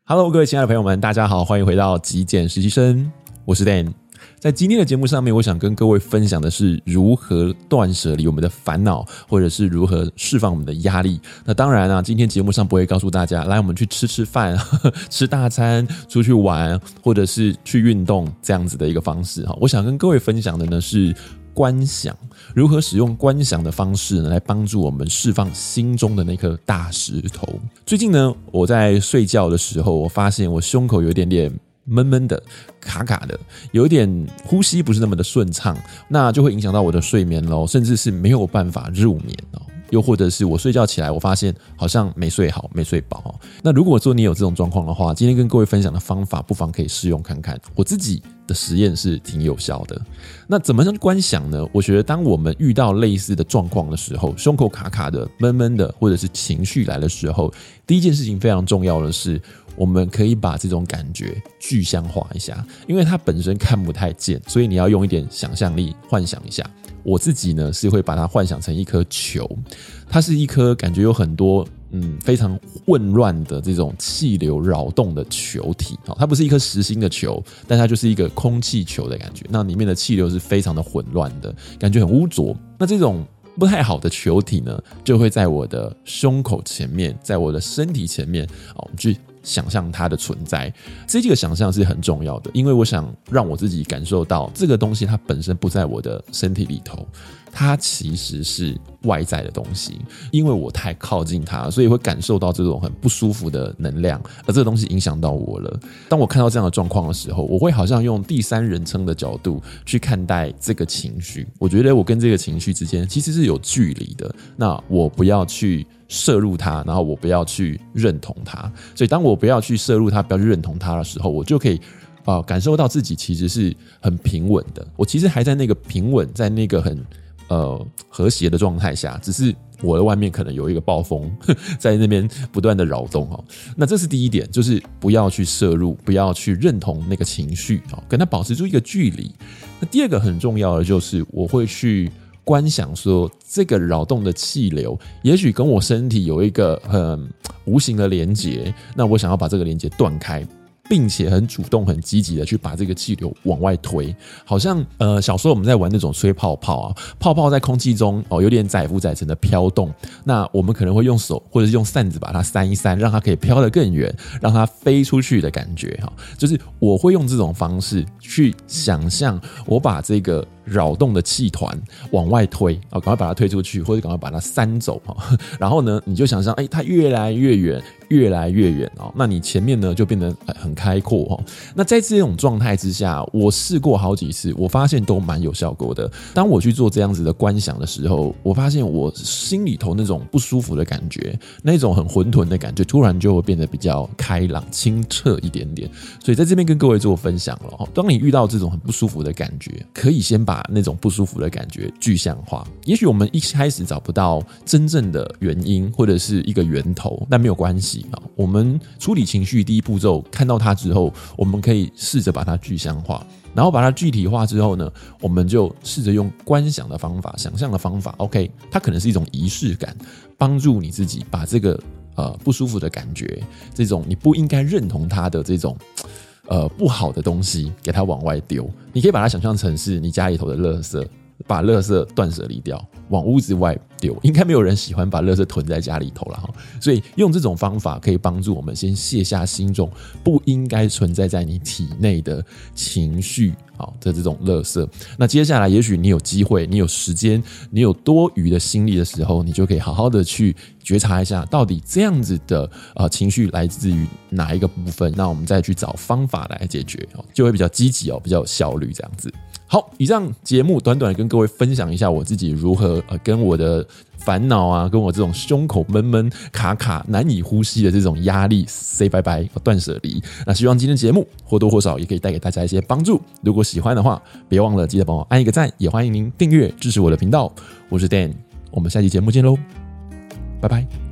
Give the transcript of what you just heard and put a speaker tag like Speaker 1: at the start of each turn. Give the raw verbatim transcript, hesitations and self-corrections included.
Speaker 1: Hello， 各位亲爱的朋友们，大家好，欢迎回到极简实习生，我是 Dan。在今天的节目上面，我想跟各位分享的是如何断舍离我们的烦恼，或者是如何释放我们的压力。那当然啊，今天节目上不会告诉大家，来我们去吃吃饭、呵呵吃大餐、出去玩，或者是去运动这样子的一个方式。我想跟各位分享的呢是观想，如何使用观想的方式呢，来帮助我们释放心中的那颗大石头。最近呢，我在睡觉的时候，我发现我胸口有一点点闷闷的、卡卡的，有一点呼吸不是那么的顺畅，那就会影响到我的睡眠咯，甚至是没有办法入眠哦。又或者是我睡觉起来，我发现好像没睡好、没睡饱。那如果说你有这种状况的话，今天跟各位分享的方法，不妨可以试用看看。我自己的实验是挺有效的。那怎么样观想呢？我觉得当我们遇到类似的状况的时候，胸口卡卡的、闷闷的，或者是情绪来的时候，第一件事情非常重要的是，我们可以把这种感觉具象化一下，因为它本身看不太见，所以你要用一点想象力幻想一下。我自己呢是会把它幻想成一颗球，它是一颗感觉有很多嗯非常混乱的这种气流扰动的球体，它不是一颗实心的球，但它就是一个空气球的感觉。那里面的气流是非常的混乱的，感觉很污浊。那这种不太好的球体呢，就会在我的胸口前面，在我的身体前面，我们去想象它的存在。这个想象是很重要的，因为我想让我自己感受到这个东西它本身不在我的身体里头，它其实是外在的东西，因为我太靠近它，所以会感受到这种很不舒服的能量，而这个东西影响到我了。当我看到这样的状况的时候，我会好像用第三人称的角度去看待这个情绪，我觉得我跟这个情绪之间其实是有距离的，那我不要去摄入它，然后我不要去认同它。所以当我不要去摄入它，不要去认同它的时候，我就可以呃感受到自己其实是很平稳的。我其实还在那个平稳，在那个很呃和谐的状态下，只是我的外面可能有一个暴风在那边不断的扰动哦。那这是第一点，就是不要去摄入，不要去认同那个情绪哦，跟它保持住一个距离。那第二个很重要的就是我会去观想说，这个扰动的气流也许跟我身体有一个很无形的连结，那我想要把这个连结断开，并且很主动很积极的去把这个气流往外推。好像呃小时候我们在玩那种吹泡泡啊，泡泡在空气中哦有点载浮载沉的飘动，那我们可能会用手或者是用扇子把它扇一扇，让它可以飘得更远，让它飞出去的感觉哈。就是我会用这种方式去想象，我把这个扰动的气团往外推，赶快把它推出去，或者赶快把它扇走。然后呢，你就想象，哎，它越来越远，越来越远哦。那你前面呢就变得很开阔哦。那在这种状态之下，我试过好几次，我发现都蛮有效果的。当我去做这样子的观想的时候，我发现我心里头那种不舒服的感觉，那种很混沌的感觉，突然就会变得比较开朗、清澈一点点。所以在这边跟各位做分享了。当你遇到这种很不舒服的感觉，可以先把那种不舒服的感觉具象化。也许我们一开始找不到真正的原因或者是一个源头，但没有关系。我们处理情绪第一步骤，看到它之后，我们可以试着把它具象化，然后把它具体化之后呢，我们就试着用观想的方法、想象的方法 OK， 它可能是一种仪式感，帮助你自己把这个呃不舒服的感觉，这种你不应该认同它的这种呃不好的东西，给它往外丢。你可以把它想象成是你家里头的垃圾，把垃圾断舍离掉，往屋子外丢。应该没有人喜欢把垃圾囤在家里头啦，所以用这种方法可以帮助我们先卸下心中不应该存在在你体内的情绪的这种垃圾。那接下来也许你有机会，你有时间，你有多余的心力的时候，你就可以好好的去觉察一下，到底这样子的、呃、情绪来自于哪一个部分，那我们再去找方法来解决，就会比较积极，比较有效率这样子。好，以上节目短短的跟各位分享一下我自己如何、呃、跟我的烦恼啊，跟我这种胸口闷闷卡卡难以呼吸的这种压力 say 拜拜，断舍离。那希望今天节目或多或少也可以带给大家一些帮助。如果喜欢的话，别忘了记得帮我按一个赞，也欢迎您订阅支持我的频道。我是 Dan， 我们下期节目见喽，拜拜。